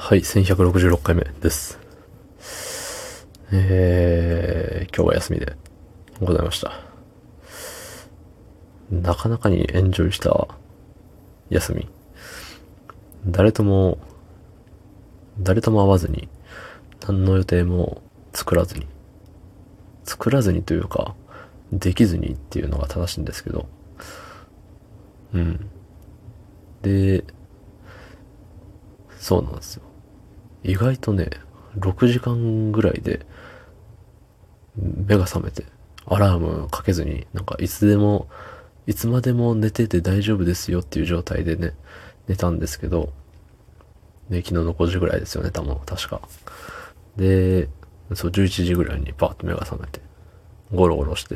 はい、1166回目です。今日は休みでございました。なかなかにエンジョイした休み。誰とも、誰とも会わずに、何の予定も作らずにというか、できずにっていうのが正しいんですけど、うん。で、そうなんですよ。意外とね、6時間ぐらいで目が覚めて、アラームかけずに、なんかいつまでも寝てて大丈夫ですよっていう状態でね、寝たんですけど、で、昨日の5時ぐらいですよね、多分、確か。で、そう、11時ぐらいにパーッと目が覚めて、ゴロゴロして、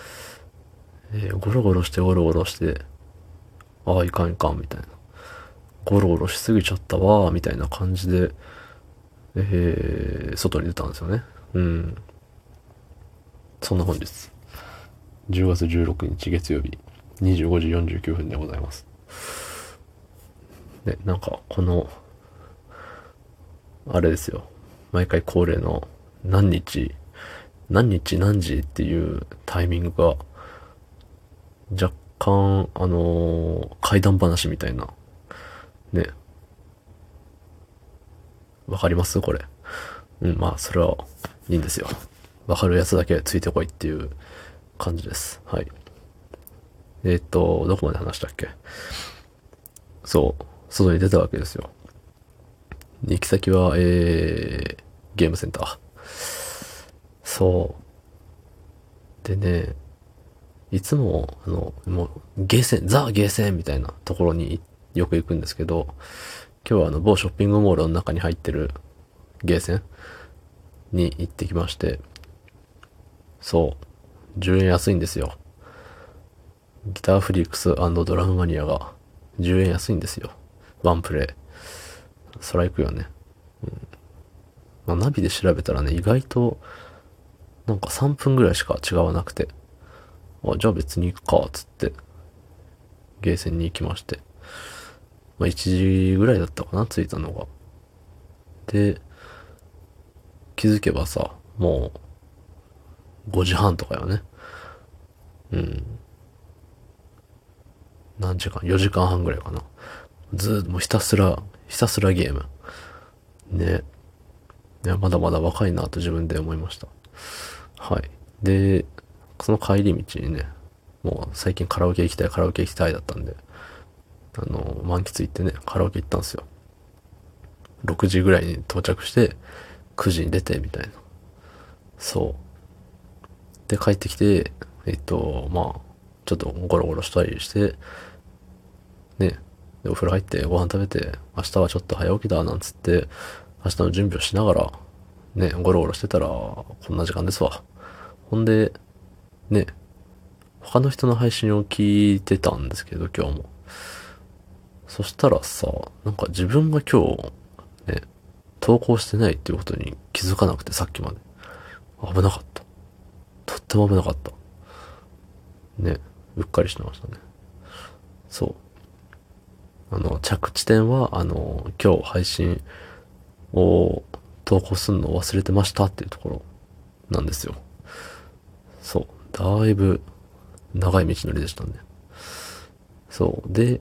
ゴロゴロして、ああ、いかんいかん、みたいな。ゴロゴロしすぎちゃったわ、みたいな感じで、外に出たんですよね。うん。そんな本日、10月16日月曜日、25時49分でございます。で、なんか、あれですよ。毎回恒例の何時っていうタイミングが若干、怪談話みたいな。ね。わかりますこれ。うん、まあ、それはいいんですよ。わかるやつだけついてこいっていう感じです。はい。どこまで話したっけ。そう、外に出たわけですよ。行き先は、ゲームセンター。そう。でね、いつも、もう、ゲーセンみたいなところによく行くんですけど、今日は某ショッピングモールの中に入ってるゲーセンに行ってきまして、そう、10円安いんですよ。ギターフリークスドラムマニアが10円安いんですよ。ワンプレイ。そら行くよね。まあ、ナビで調べたらね、意外と、なんか3分ぐらいしか違わなくて、じゃあ別に行くか、つって、ゲーセンに行きまして。まあ、1時ぐらいだったかな、着いたのが。で、気づけばさ、もう5時半とかよね。うん。何時間 ?4 時間半ぐらいかな。ずーっともうひたすらゲーム。ね。いや、まだまだ若いなと自分で思いました。はい。で、その帰り道にね、もう最近カラオケ行きたいだったんで、満喫行ってね、カラオケ行ったんですよ。6時ぐらいに到着して、9時に出て、みたいな。そう。で、帰ってきて、まあ、ちょっとゴロゴロしたりして、ね、でお風呂入ってご飯食べて、明日はちょっと早起きだ、なんつって、明日の準備をしながら、ね、ゴロゴロしてたら、こんな時間ですわ。ほんで、ね、他の人の配信を聞いてたんですけど、今日も。そしたらさ、なんか自分が今日、ね、投稿してないっていうことに気づかなくて、さっきまで。危なかった。とっても危なかった。ね、うっかりしてましたね。そう。着地点は、今日配信を投稿するのを忘れてましたっていうところなんですよ。そう。だいぶ長い道のりでしたね。そう。で、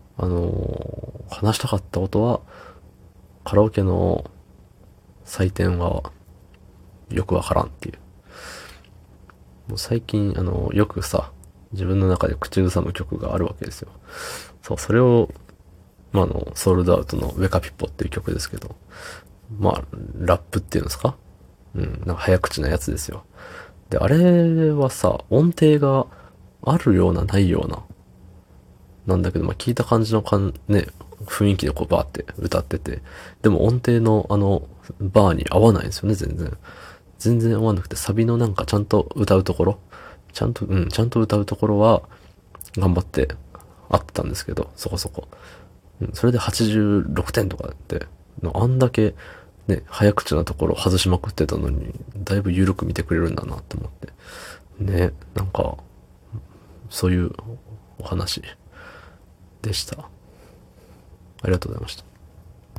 話したかったことは、カラオケの採点はよくわからんっていう。もう最近、よくさ、自分の中で口ずさむ曲があるわけですよ。そう、それを、まあ、ソールドアウトのウェカピッポっていう曲ですけど、まあ、ラップっていうんですか。うん、なんか早口なやつですよ。で、あれはさ、音程があるようなないような、なんだけど、まあ、聞いた感じのね、雰囲気でこうバーって歌ってて、でも音程のバーに合わないんですよね、全然。全然合わなくて、サビのなんかちゃんと歌うところ、ちゃんと歌うところは、頑張って合ってたんですけど、そこそこ。うん、それで86点とかって、あんだけ、ね、早口なところ外しまくってたのに、だいぶ緩く見てくれるんだなって思って。ね、なんか、そういうお話でした。ありがとうございました。